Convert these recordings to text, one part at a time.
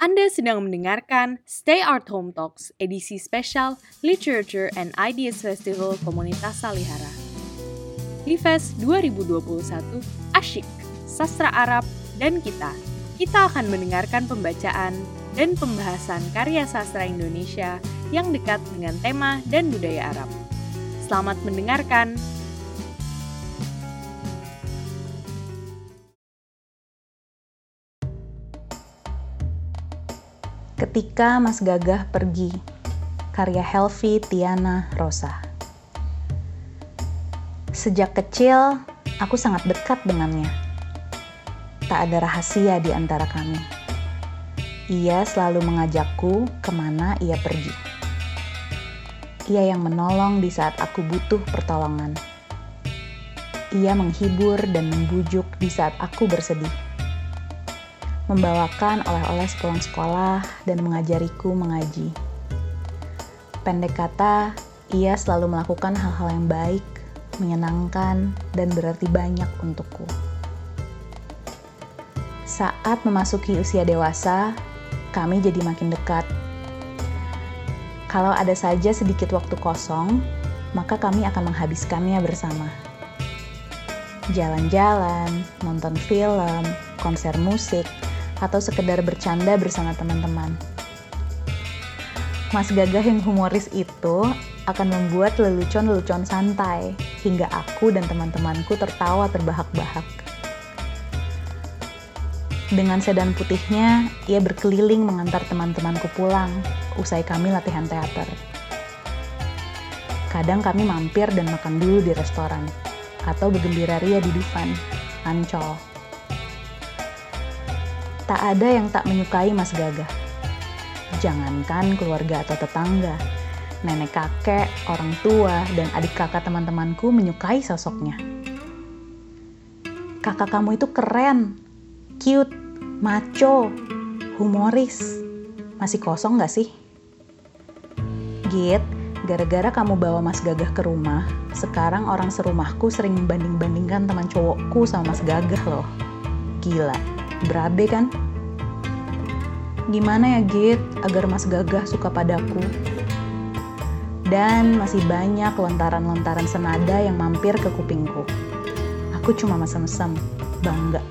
Anda sedang mendengarkan Stay Art Home Talks, edisi spesial Literature and Ideas Festival Komunitas Salihara. Livest 2021, asyik, sastra Arab, dan kita. Kita akan mendengarkan pembacaan dan pembahasan karya sastra Indonesia yang dekat dengan tema dan budaya Arab. Selamat mendengarkan. Ketika Mas Gagah Pergi, karya Helvi Tiana Rosa. Sejak kecil, aku sangat dekat dengannya. Tak ada rahasia di antara kami. Ia selalu mengajakku kemana ia pergi. Ia yang menolong di saat aku butuh pertolongan. Ia menghibur dan membujuk di saat aku bersedih. Membawakan oleh-oleh sepulang sekolah dan mengajariku mengaji. Pendek kata, ia selalu melakukan hal-hal yang baik, menyenangkan, dan berarti banyak untukku. Saat memasuki usia dewasa, kami jadi makin dekat. Kalau ada saja sedikit waktu kosong, maka kami akan menghabiskannya bersama. Jalan-jalan, nonton film, konser musik, atau sekedar bercanda bersama teman-teman. Mas Gagah yang humoris itu akan membuat lelucon-lelucon santai, hingga aku dan teman-temanku tertawa terbahak-bahak. Dengan sedan putihnya, ia berkeliling mengantar teman-temanku pulang, usai kami latihan teater. Kadang kami mampir dan makan dulu di restoran, atau bergembira ria di Dufan, Ancol. Tak ada yang tak menyukai Mas Gagah. Jangankan keluarga atau tetangga, nenek kakek, orang tua, dan adik kakak teman-temanku menyukai sosoknya. Kakak kamu itu keren, cute, macho, humoris. Masih kosong gak sih? Git, gara-gara kamu bawa Mas Gagah ke rumah, sekarang orang serumahku sering membanding-bandingkan teman cowokku sama Mas Gagah loh. Gila. Berabe kan? Gimana ya Git agar Mas Gagah suka padaku? Dan masih banyak lontaran-lontaran senada yang mampir ke kupingku. Aku cuma mesem-mesem, bangga.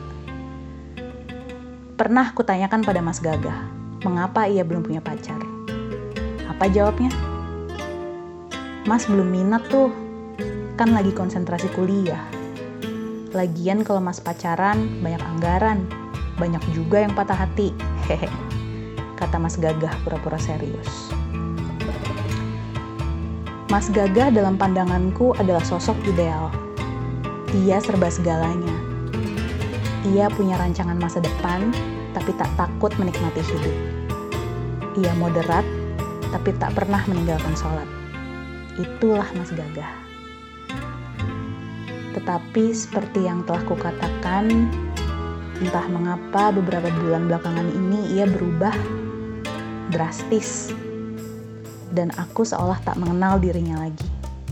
Pernah kutanyakan pada Mas Gagah, mengapa ia belum punya pacar? Apa jawabnya? Mas belum minat tuh, kan lagi konsentrasi kuliah. Lagian kalau Mas pacaran, banyak anggaran. Banyak juga yang patah hati, hehe, kata Mas Gagah pura-pura serius. Mas Gagah dalam pandanganku adalah sosok ideal. Ia serba segalanya. Ia punya rancangan masa depan, tapi tak takut menikmati hidup. Ia moderat, tapi tak pernah meninggalkan sholat. Itulah Mas Gagah. Tetapi seperti yang telah kukatakan, entah mengapa beberapa bulan belakangan ini ia berubah drastis dan aku seolah tak mengenal dirinya lagi.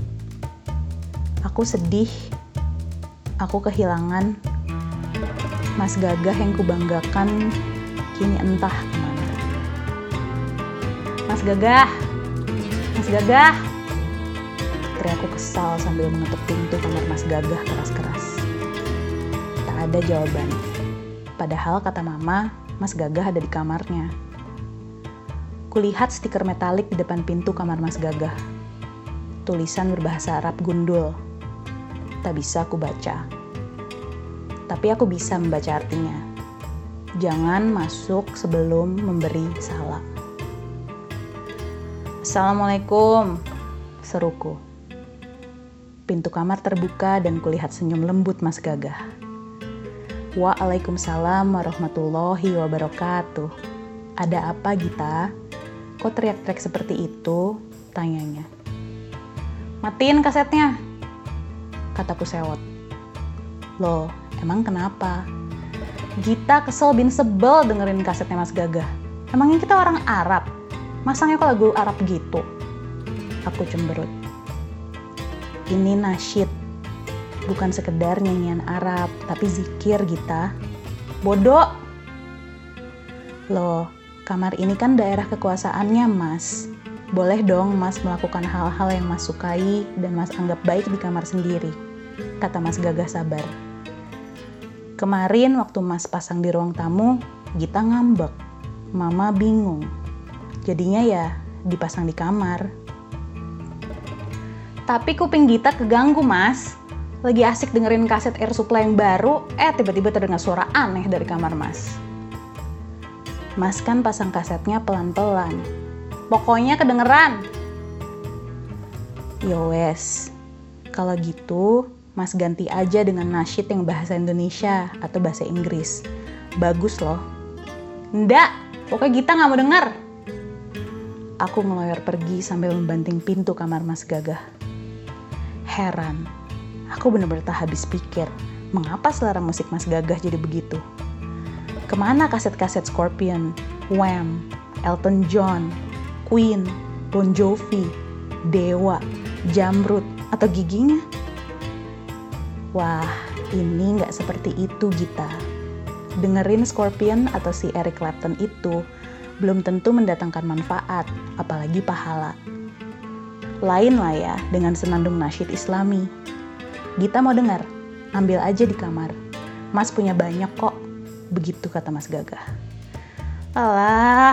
Aku sedih, aku kehilangan Mas Gagah yang kubanggakan kini entah kemana. Mas Gagah! Mas Gagah! Teriakku kesal sambil mengetuk pintu kamar Mas Gagah keras-keras. Tak ada jawaban. Padahal kata mama, Mas Gagah ada di kamarnya. Kulihat stiker metalik di depan pintu kamar Mas Gagah. Tulisan berbahasa Arab gundul. Tak bisa aku baca. Tapi aku bisa membaca artinya. Jangan masuk sebelum memberi salam. Assalamualaikum, seruku. Pintu kamar terbuka dan kulihat senyum lembut Mas Gagah. Waalaikumsalam warahmatullahi wabarakatuh. Ada apa Gita? Kok teriak-teriak seperti itu? Tanyanya. Matiin kasetnya, kataku sewot. Loh, emang kenapa? Gita kesel bin sebel dengerin kasetnya Mas Gagah. Emangnya kita orang Arab? Masangnya kok lagu Arab gitu? Aku cemberut. Ini nasyid. Bukan sekedar nyanyian Arab, tapi zikir Gita. Bodoh. Loh, Kamar ini kan daerah kekuasaannya Mas. Boleh dong Mas melakukan hal-hal yang Mas sukai dan Mas anggap baik di kamar sendiri, kata Mas Gagah sabar. Kemarin waktu Mas pasang di ruang tamu, Gita ngambek. Mama bingung. Jadinya ya dipasang di kamar. Tapi kuping Gita keganggu Mas. Lagi asik dengerin kaset Air Supply yang baru, tiba-tiba terdengar suara aneh dari kamar Mas. Mas kan pasang kasetnya pelan-pelan. Pokoknya kedengeran. Yowes, kalau gitu Mas ganti aja dengan nasyid yang bahasa Indonesia atau bahasa Inggris. Bagus loh. Nggak, pokoknya Gita nggak mau denger. Aku ngeloyor pergi sambil membanting pintu kamar Mas Gagah. Heran, aku benar-benar tak habis pikir, mengapa selera musik Mas Gagah jadi begitu? Kemana kaset-kaset Scorpion, Wham, Elton John, Queen, Bon Jovi, Dewa, Jamrud, atau giginya? Wah, ini nggak seperti itu Gita. Dengerin Scorpion atau si Eric Clapton itu belum tentu mendatangkan manfaat, apalagi pahala. Lain lah ya dengan senandung nasyid Islami. Gita mau dengar? Ambil aja di kamar. Mas punya banyak kok. Begitu kata Mas Gagah. Alah.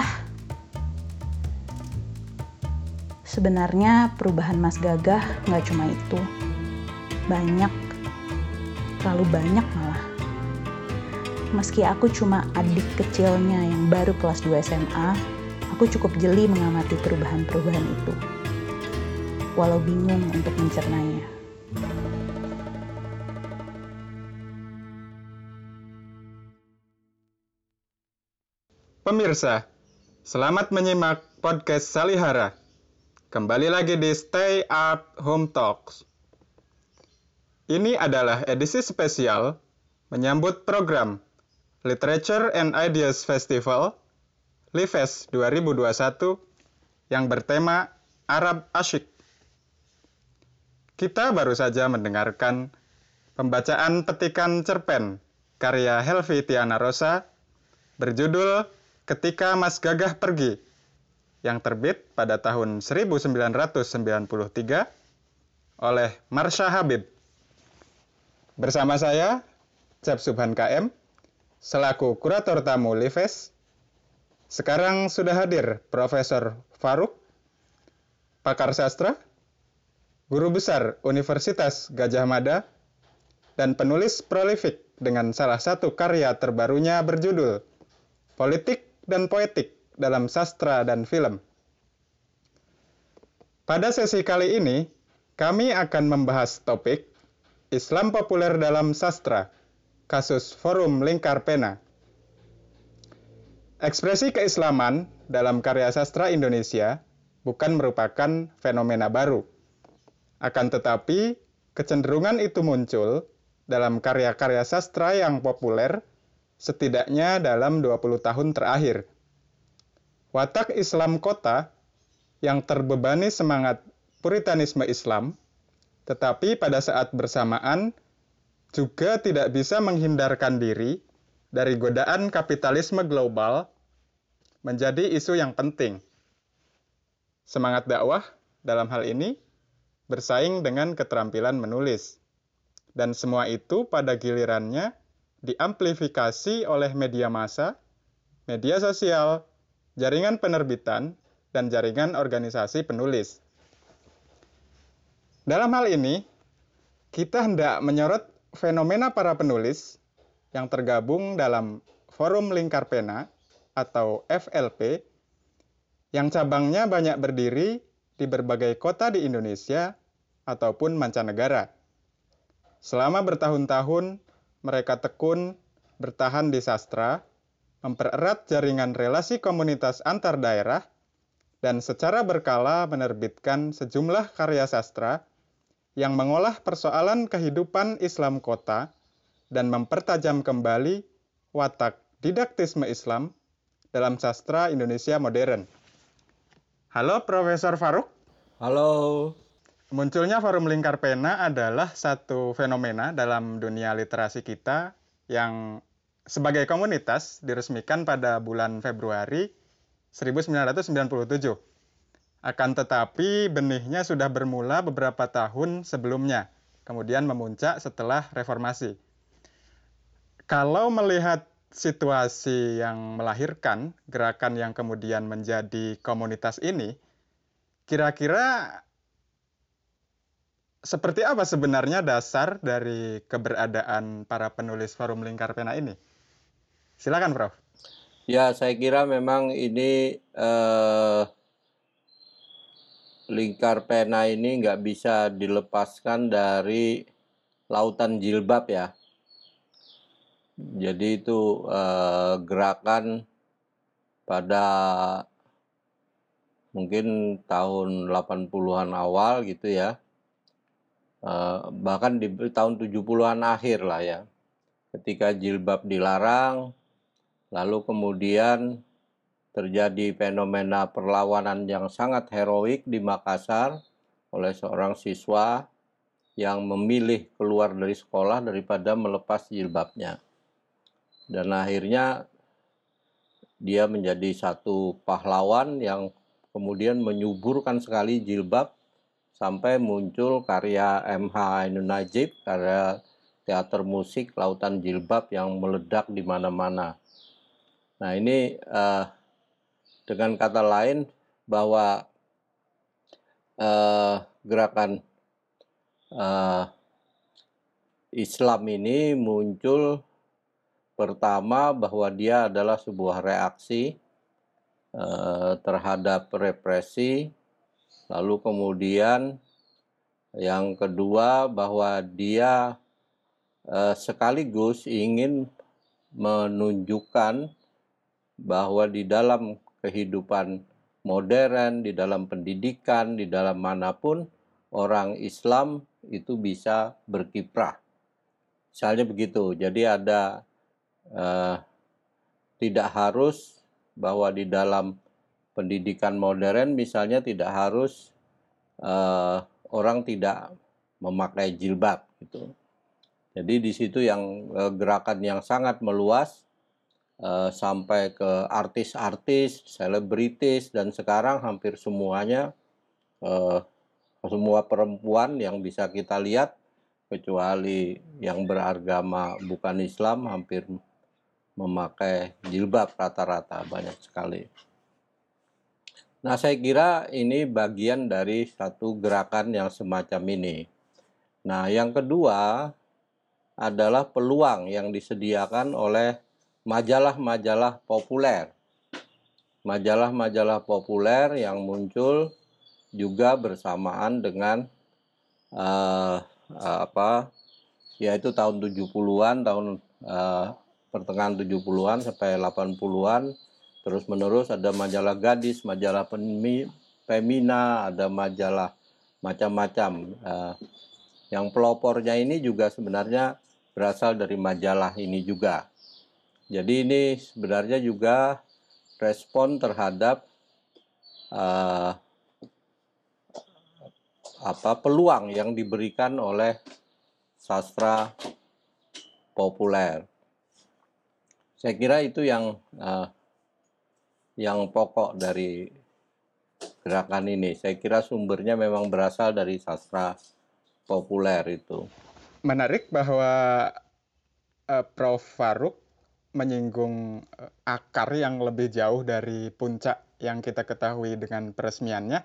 Sebenarnya perubahan Mas Gagah nggak cuma itu. Banyak. Terlalu banyak malah. Meski aku cuma adik kecilnya yang baru kelas 2 SMA, aku cukup jeli mengamati perubahan-perubahan itu. Walau bingung untuk mencernanya. Pemirsa, selamat menyimak podcast Salihara. Kembali lagi di Stay at Home Talks. Ini adalah edisi spesial menyambut program Literature and Ideas Festival LIFES 2021 yang bertema Arab Asyik. Kita baru saja mendengarkan pembacaan petikan cerpen karya Helvi Tiana Rosa berjudul Ketika Mas Gagah Pergi, yang terbit pada tahun 1993 oleh Marsha Habib. Bersama saya, Cap Subhan KM, selaku kurator tamu LIFES. Sekarang sudah hadir Profesor Faruk, pakar sastra, guru besar Universitas Gadjah Mada, dan penulis prolifik dengan salah satu karya terbarunya berjudul Politik dan Poetik dalam Sastra dan Film. Pada sesi kali ini, kami akan membahas topik Islam populer dalam sastra, kasus Forum Lingkar Pena. Ekspresi keislaman dalam karya sastra Indonesia bukan merupakan fenomena baru. Akan tetapi, kecenderungan itu muncul dalam karya-karya sastra yang populer setidaknya dalam 20 tahun terakhir. Watak Islam kota yang terbebani semangat puritanisme Islam, tetapi pada saat bersamaan juga tidak bisa menghindarkan diri dari godaan kapitalisme global menjadi isu yang penting. Semangat dakwah dalam hal ini bersaing dengan keterampilan menulis. Dan semua itu pada gilirannya diamplifikasi oleh media massa, media sosial, jaringan penerbitan, dan jaringan organisasi penulis. Dalam hal ini, kita hendak menyorot fenomena para penulis yang tergabung dalam Forum Lingkar Pena atau FLP, yang cabangnya banyak berdiri di berbagai kota di Indonesia ataupun mancanegara. Selama bertahun-tahun, mereka tekun bertahan di sastra, mempererat jaringan relasi komunitas antar daerah, dan secara berkala menerbitkan sejumlah karya sastra yang mengolah persoalan kehidupan Islam kota dan mempertajam kembali watak didaktisme Islam dalam sastra Indonesia modern. Halo Profesor Faruk. Halo. Munculnya Forum Lingkar Pena adalah satu fenomena dalam dunia literasi kita yang sebagai komunitas diresmikan pada bulan Februari 1997. Akan tetapi benihnya sudah bermula beberapa tahun sebelumnya, kemudian memuncak setelah reformasi. Kalau melihat situasi yang melahirkan gerakan yang kemudian menjadi komunitas ini, kira-kira seperti apa sebenarnya dasar dari keberadaan para penulis Forum Lingkar Pena ini? Silakan, Prof. Ya, saya kira memang ini Lingkar Pena ini nggak bisa dilepaskan dari lautan jilbab ya. Jadi itu gerakan pada mungkin tahun 80-an awal gitu ya. Bahkan di tahun 70-an akhir lah ya. Ketika jilbab dilarang, lalu kemudian terjadi fenomena perlawanan yang sangat heroik di Makassar oleh seorang siswa yang memilih keluar dari sekolah daripada melepas jilbabnya. Dan akhirnya dia menjadi satu pahlawan yang kemudian menyuburkan sekali jilbab sampai muncul karya M.H. Ainun Najib, karya teater musik Lautan Jilbab yang meledak di mana-mana. Nah ini dengan kata lain bahwa gerakan Islam ini muncul pertama bahwa dia adalah sebuah reaksi terhadap represi. Lalu kemudian yang kedua bahwa dia sekaligus ingin menunjukkan bahwa di dalam kehidupan modern, di dalam pendidikan, di dalam manapun orang Islam itu bisa berkiprah. Misalnya begitu. Jadi ada tidak harus bahwa di dalam pendidikan modern misalnya tidak harus orang tidak memakai jilbab gitu. Jadi di situ yang gerakan yang sangat meluas sampai ke artis-artis, selebritis, dan sekarang hampir semuanya semua perempuan yang bisa kita lihat kecuali yang beragama bukan Islam hampir memakai jilbab rata-rata, banyak sekali. Nah, saya kira ini bagian dari satu gerakan yang semacam ini. Nah, yang kedua adalah peluang yang disediakan oleh majalah-majalah populer. Majalah-majalah populer yang muncul juga bersamaan dengan yaitu tahun 70-an, tahun pertengahan 70-an sampai 80-an. Terus menerus ada majalah gadis, majalah femina, ada majalah macam-macam. Yang pelopornya ini juga sebenarnya berasal dari majalah ini juga. Jadi ini sebenarnya juga respon terhadap peluang yang diberikan oleh sastra populer. Saya kira itu yang pokok dari gerakan ini. Saya kira sumbernya memang berasal dari sastra populer itu. Menarik bahwa Prof. Faruk menyinggung akar yang lebih jauh dari puncak yang kita ketahui dengan peresmiannya.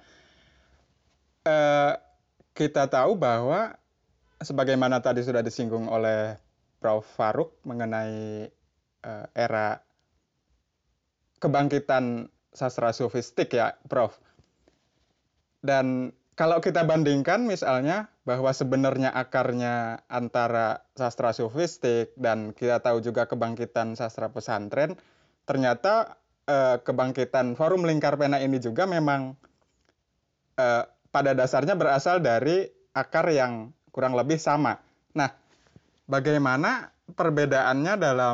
Kita tahu bahwa sebagaimana tadi sudah disinggung oleh Prof. Faruk mengenai era kebangkitan sastra sofistik ya, Prof. Dan kalau kita bandingkan misalnya bahwa sebenarnya akarnya antara sastra sofistik dan kita tahu juga kebangkitan sastra pesantren, ternyata kebangkitan Forum Lingkar Pena ini juga memang pada dasarnya berasal dari akar yang kurang lebih sama. Nah, bagaimana perbedaannya dalam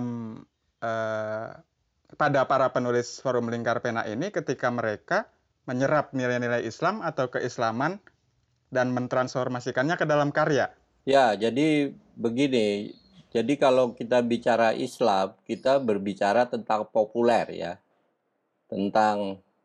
pada para penulis Forum Lingkar Pena ini ketika mereka menyerap nilai-nilai Islam atau keislaman dan mentransformasikannya ke dalam karya? Ya, jadi begini. Jadi kalau kita bicara Islam, kita berbicara tentang populer ya. Tentang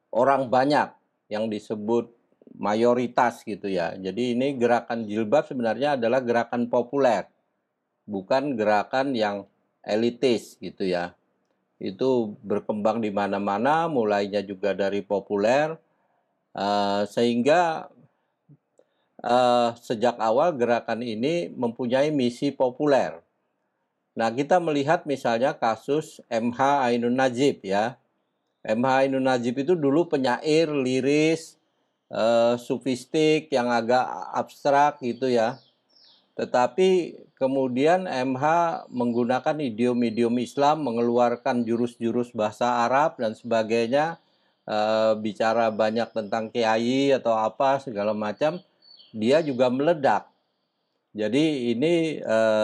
orang banyak yang disebut mayoritas gitu ya. Jadi ini gerakan jilbab sebenarnya adalah gerakan populer, bukan gerakan yang elitis gitu ya. Itu berkembang di mana-mana, mulainya juga dari populer, sehingga sejak awal gerakan ini mempunyai misi populer. Nah, kita melihat misalnya kasus MH Ainun Najib ya. MH Ainun Najib itu dulu penyair liris, sufistik yang agak abstrak gitu ya. Tetapi kemudian MH menggunakan idiom-idiom Islam, mengeluarkan jurus-jurus bahasa Arab dan sebagainya, bicara banyak tentang kiai atau apa segala macam, dia juga meledak. Jadi ini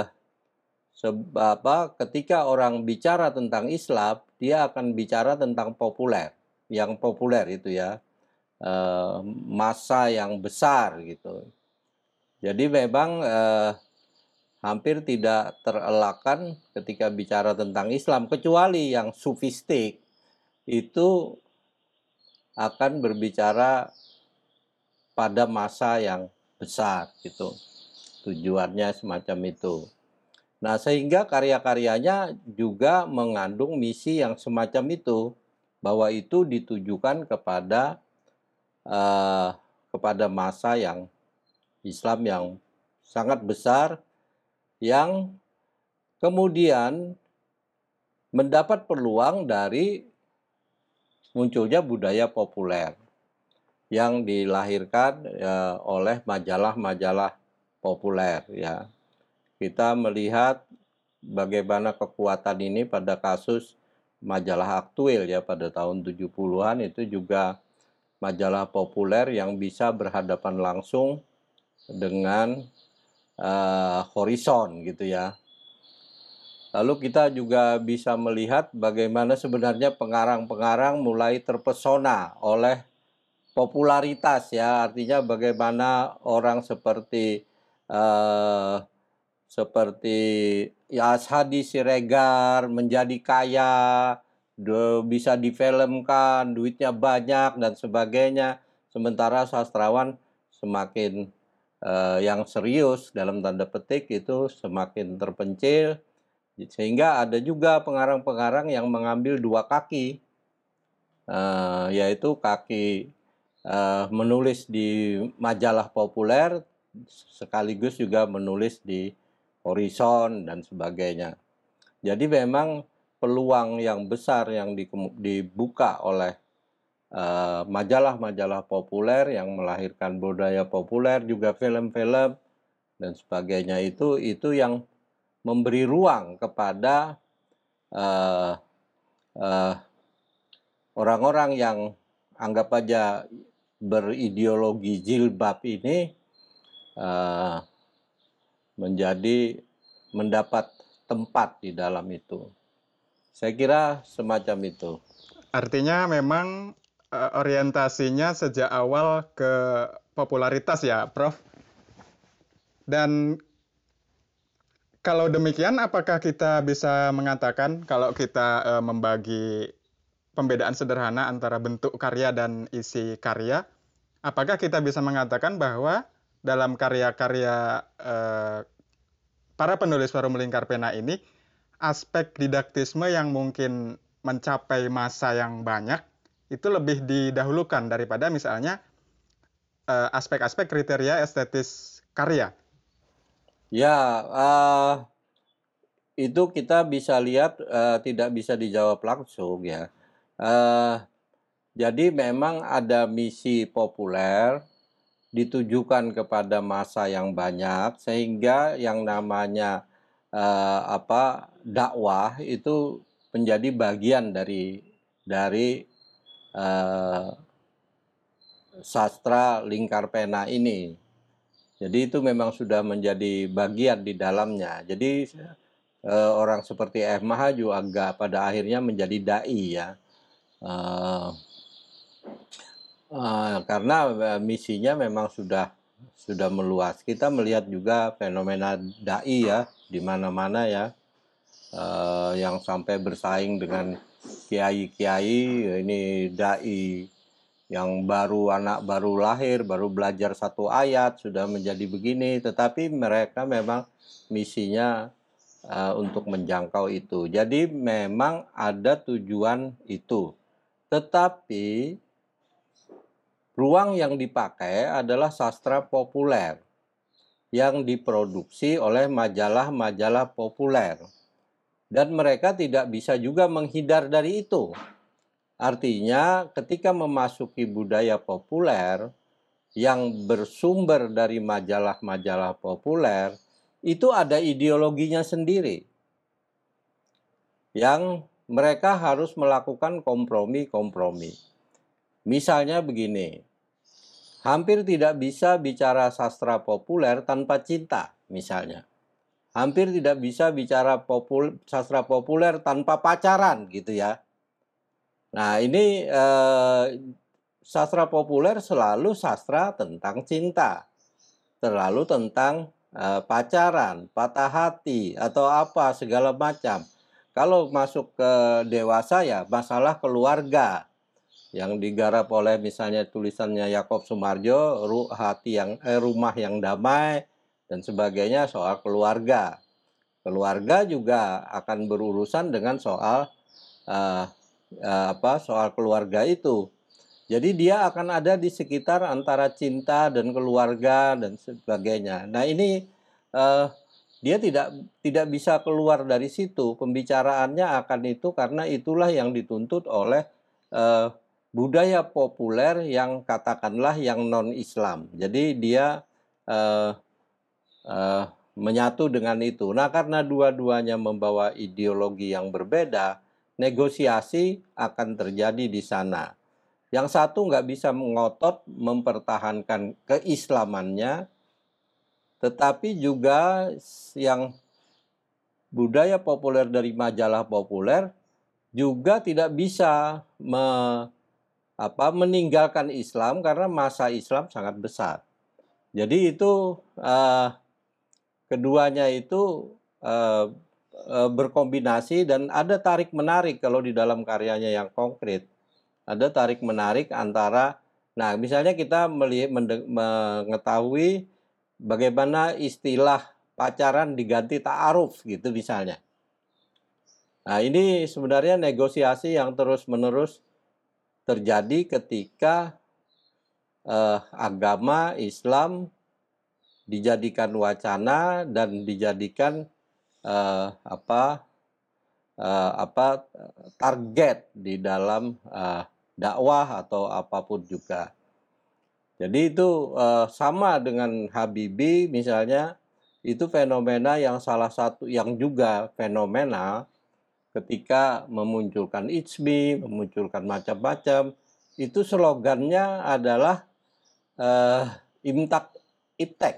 ketika orang bicara tentang Islam, dia akan bicara tentang populer, yang populer itu ya, massa yang besar gitu. Jadi memang hampir tidak terelakkan ketika bicara tentang Islam, kecuali yang sufistik itu akan berbicara pada massa yang besar gitu. Tujuannya semacam itu. Nah, sehingga karya-karyanya juga mengandung misi yang semacam itu, bahwa itu ditujukan kepada massa yang Islam yang sangat besar, yang kemudian mendapat peluang dari munculnya budaya populer yang dilahirkan oleh majalah-majalah populer ya. Kita melihat bagaimana kekuatan ini pada kasus majalah Aktuil ya, pada tahun 70-an itu juga majalah populer yang bisa berhadapan langsung dengan horizon gitu ya. Lalu kita juga bisa melihat bagaimana sebenarnya pengarang-pengarang mulai terpesona oleh popularitas ya, artinya bagaimana orang seperti ya Ashadi Siregar menjadi kaya, bisa difilmkan, duitnya banyak dan sebagainya. Sementara sastrawan semakin yang serius dalam tanda petik itu semakin terpencil, sehingga ada juga pengarang-pengarang yang mengambil dua kaki, yaitu kaki menulis di majalah populer sekaligus juga menulis di horizon dan sebagainya. Jadi memang peluang yang besar yang dibuka oleh majalah-majalah populer yang melahirkan budaya populer, juga film-film dan sebagainya, itu yang memberi ruang kepada orang-orang yang anggap aja berideologi jilbab ini mendapat tempat di dalam itu. Saya kira semacam itu. Artinya memang orientasinya sejak awal ke popularitas ya, Prof. Dan kalau demikian, apakah kita bisa mengatakan kalau kita membagi pembedaan sederhana antara bentuk karya dan isi karya, apakah kita bisa mengatakan bahwa dalam karya-karya para penulis Forum Lingkar Pena ini, aspek didaktisme yang mungkin mencapai massa yang banyak itu lebih didahulukan daripada misalnya aspek-aspek kriteria estetis karya? Ya, itu kita bisa lihat tidak bisa dijawab langsung ya. Jadi memang ada misi populer ditujukan kepada massa yang banyak, sehingga yang namanya dakwah itu menjadi bagian dari sastra Lingkar Pena ini. Jadi itu memang sudah menjadi bagian di dalamnya. Jadi orang seperti MH juga pada akhirnya menjadi dai ya. Karena misinya memang sudah meluas. Kita melihat juga fenomena dai ya di mana-mana ya, yang sampai bersaing dengan kiai-kiai. Ini dai yang anak baru lahir, baru belajar satu ayat, sudah menjadi begini, tetapi mereka memang misinya untuk menjangkau itu. Jadi memang ada tujuan itu. Tetapi ruang yang dipakai adalah sastra populer yang diproduksi oleh majalah-majalah populer. Dan mereka tidak bisa juga menghindar dari itu. Artinya ketika memasuki budaya populer yang bersumber dari majalah-majalah populer, itu ada ideologinya sendiri. Yang mereka harus melakukan kompromi-kompromi. Misalnya begini, hampir tidak bisa bicara sastra populer tanpa cinta, misalnya. Hampir tidak bisa bicara sastra populer tanpa pacaran, gitu ya. Nah, ini sastra populer selalu sastra tentang cinta, selalu tentang pacaran, patah hati, atau apa, segala macam. Kalau masuk ke dewasa ya masalah keluarga, yang digarap oleh misalnya tulisannya Yakob Sumarjo, Rumah yang Damai, dan sebagainya, soal keluarga. Keluarga juga akan berurusan dengan soal soal keluarga itu. Jadi dia akan ada di sekitar antara cinta dan keluarga dan sebagainya. Nah ini dia tidak bisa keluar dari situ. Pembicaraannya akan itu karena itulah yang dituntut oleh budaya populer yang katakanlah yang non-Islam. Jadi dia menyatu dengan itu. Nah karena dua-duanya membawa ideologi yang berbeda, negosiasi akan terjadi di sana. Yang satu nggak bisa mengotot mempertahankan keislamannya, tetapi juga yang budaya populer dari majalah populer juga tidak bisa meninggalkan Islam karena masa Islam sangat besar. Jadi itu keduanya itu berkombinasi dan ada tarik-menarik kalau di dalam karyanya yang konkret. Ada tarik-menarik antara, nah misalnya kita mengetahui bagaimana istilah pacaran diganti ta'aruf gitu misalnya. Nah ini sebenarnya negosiasi yang terus-menerus terjadi ketika agama Islam dijadikan wacana dan dijadikan target di dalam dakwah atau apapun juga. Jadi itu sama dengan Habibie misalnya, itu fenomena yang salah satu yang juga fenomenal ketika memunculkan Ijmi, memunculkan macam-macam. Itu slogannya adalah imtak iptek.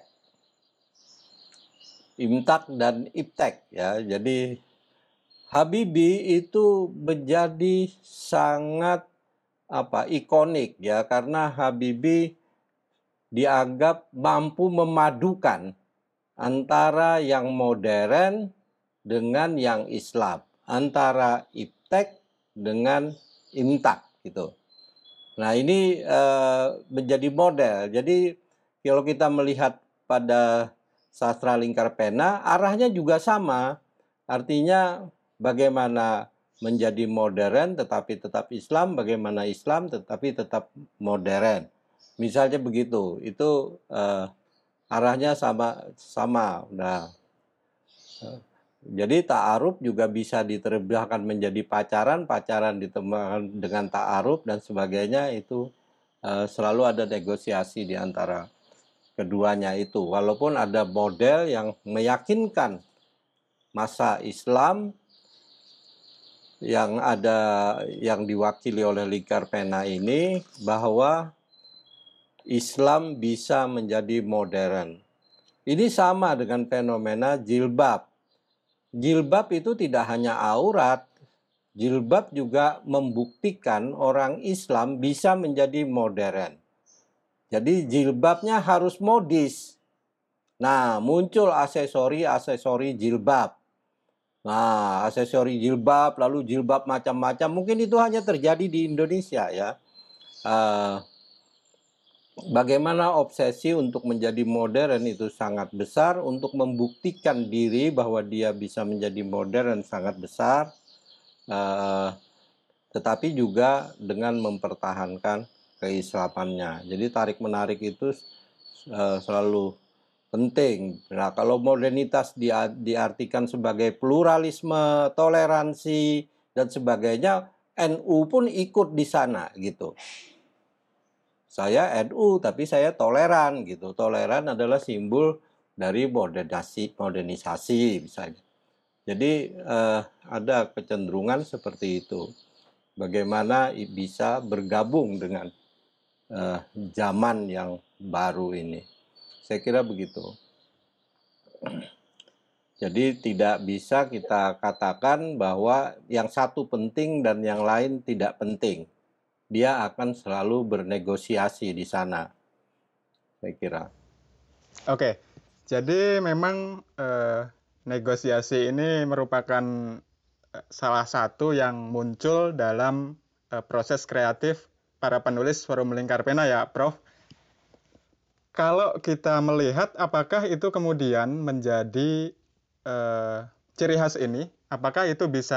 Imtak dan iptek ya. Jadi Habibie itu menjadi sangat ikonik ya, karena Habibie dianggap mampu memadukan antara yang modern dengan yang Islam, antara iptek dengan imtak gitu. Nah ini menjadi model. Jadi kalau kita melihat pada sastra lingkar pena, arahnya juga sama. Artinya bagaimana menjadi modern tetapi tetap Islam, bagaimana Islam tetapi tetap modern. Misalnya begitu, itu arahnya sama. Nah, jadi ta'aruf juga bisa diterjemahkan menjadi pacaran ditambahkan dengan ta'aruf dan sebagainya. Itu selalu ada negosiasi di antara keduanya itu. Walaupun ada model yang meyakinkan masa Islam yang diwakili oleh lingkar pena ini bahwa Islam bisa menjadi modern. Ini sama dengan fenomena jilbab. Jilbab itu tidak hanya aurat, jilbab juga membuktikan orang Islam bisa menjadi modern. Jadi jilbabnya harus modis. Nah, muncul aksesori jilbab. Nah, aksesori jilbab, lalu jilbab macam-macam. Mungkin itu hanya terjadi di Indonesia ya. eh, bagaimana obsesi untuk menjadi modern itu sangat besar, untuk membuktikan diri bahwa dia bisa menjadi modern sangat besar, eh, tetapi juga dengan mempertahankan keislamannya. Jadi tarik-menarik itu selalu penting. Nah, kalau modernitas diartikan sebagai pluralisme, toleransi, dan sebagainya, NU pun ikut di sana gitu. Saya NU tapi saya toleran gitu. Toleran adalah simbol dari modernisasi misalnya. Jadi ada kecenderungan seperti itu. Bagaimana bisa bergabung dengan zaman yang baru ini. Saya kira begitu. Jadi tidak bisa kita katakan bahwa yang satu penting dan yang lain tidak penting. Dia akan selalu bernegosiasi di sana, saya kira. Oke, jadi memang negosiasi ini merupakan salah satu yang muncul dalam proses kreatif para penulis Forum Lingkar Pena ya, Prof. Kalau kita melihat apakah itu kemudian menjadi ciri khas ini, apakah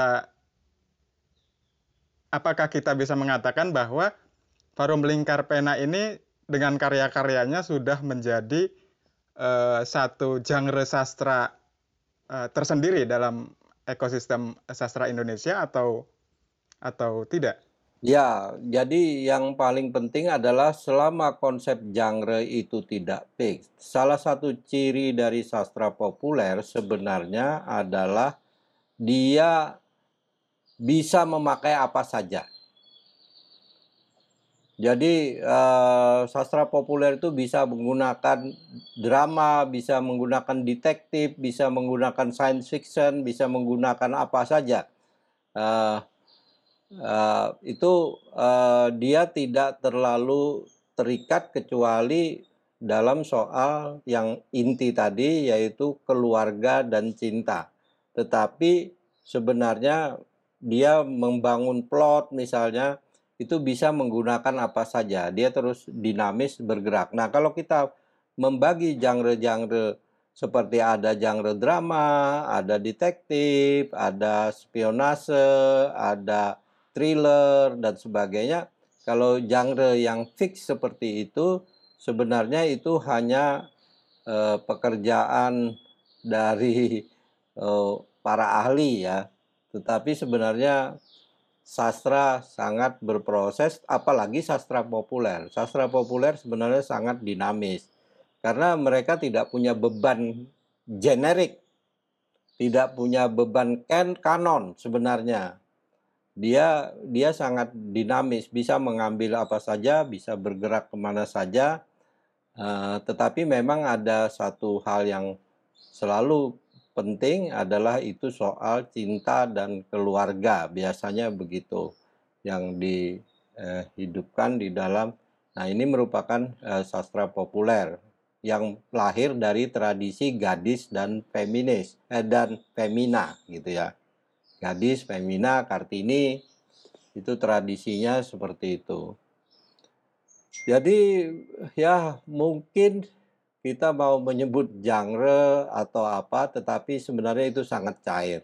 kita bisa mengatakan bahwa Forum Lingkar Pena ini dengan karya-karyanya sudah menjadi satu genre sastra tersendiri dalam ekosistem sastra Indonesia atau tidak? Ya, jadi yang paling penting adalah selama konsep genre itu tidak fix. Salah satu ciri dari sastra populer sebenarnya adalah dia bisa memakai apa saja. Jadi sastra populer itu bisa menggunakan drama, bisa menggunakan detektif, bisa menggunakan science fiction, bisa menggunakan apa saja. Dia tidak terlalu terikat kecuali dalam soal yang inti tadi, yaitu keluarga dan cinta. Tetapi sebenarnya dia membangun plot misalnya, itu bisa menggunakan apa saja. Dia terus dinamis bergerak. Nah, kalau kita membagi genre-genre seperti ada genre drama, ada detektif, ada spionase, ada thriller, dan sebagainya. Kalau genre yang fix seperti itu, sebenarnya itu hanya pekerjaan dari para ahli ya. Tetapi sebenarnya sastra sangat berproses, apalagi sastra populer. Sastra populer sebenarnya sangat dinamis, karena mereka tidak punya beban generik, tidak punya beban kanon sebenarnya. Dia sangat dinamis, bisa mengambil apa saja, bisa bergerak kemana saja. Tetapi memang ada satu hal yang selalu penting adalah itu soal cinta dan keluarga, biasanya begitu yang dihidupkan di dalam. Nah, ini merupakan sastra populer yang lahir dari tradisi gadis dan feminis dan femina gitu ya. Gadis, femina, Kartini, itu tradisinya seperti itu. Jadi ya mungkin kita mau menyebut genre atau apa, tetapi sebenarnya itu sangat cair.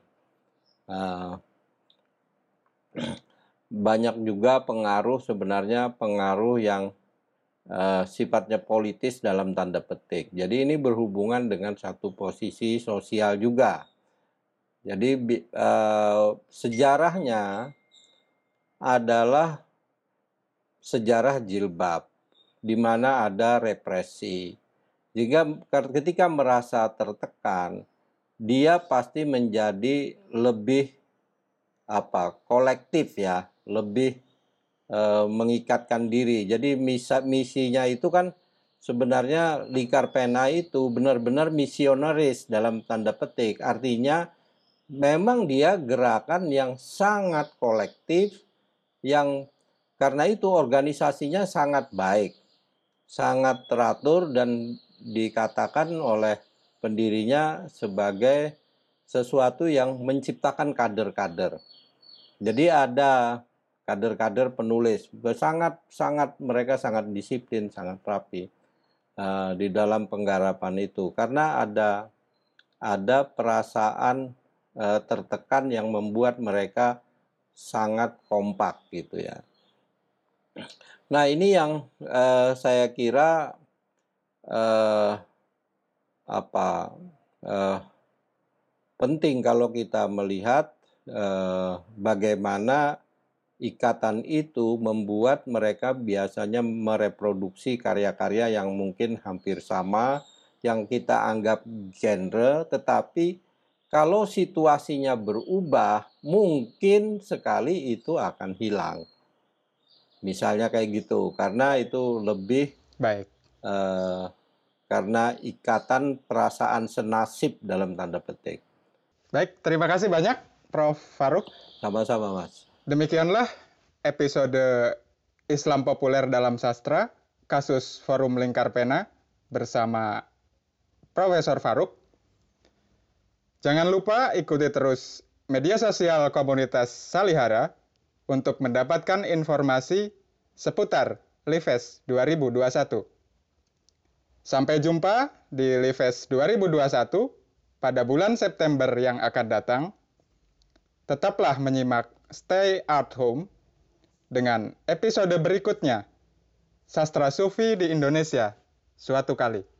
Banyak juga pengaruh yang sifatnya politis dalam tanda petik. Jadi ini berhubungan dengan satu posisi sosial juga. Jadi sejarahnya adalah sejarah jilbab, di mana ada represi. Jika ketika merasa tertekan, dia pasti menjadi lebih kolektif ya, lebih mengikatkan diri. Jadi misinya itu kan sebenarnya Lingkar Pena itu benar-benar misionaris dalam tanda petik. Artinya memang dia gerakan yang sangat kolektif, yang karena itu organisasinya sangat baik, sangat teratur, dan dikatakan oleh pendirinya sebagai sesuatu yang menciptakan kader-kader. Jadi ada kader-kader penulis. Mereka sangat disiplin, sangat rapi di dalam penggarapan itu, karena ada perasaan tertekan yang membuat mereka sangat kompak gitu ya. Nah, ini yang saya kira penting kalau kita melihat bagaimana ikatan itu membuat mereka biasanya mereproduksi karya-karya yang mungkin hampir sama, yang kita anggap genre, tetapi kalau situasinya berubah, mungkin sekali itu akan hilang. Misalnya kayak gitu, karena itu lebih Baik. karena ikatan perasaan senasib dalam tanda petik. Baik, terima kasih banyak Prof. Faruk. Sama-sama, Mas. Demikianlah episode Islam Populer dalam Sastra, kasus Forum Lingkar Pena bersama Profesor Faruk. Jangan lupa ikuti terus media sosial komunitas Salihara untuk mendapatkan informasi seputar LIFES 2021. Sampai jumpa di LIFES 2021 pada bulan September yang akan datang. Tetaplah menyimak Stay at Home dengan episode berikutnya, Sastra Sufi di Indonesia, suatu kali.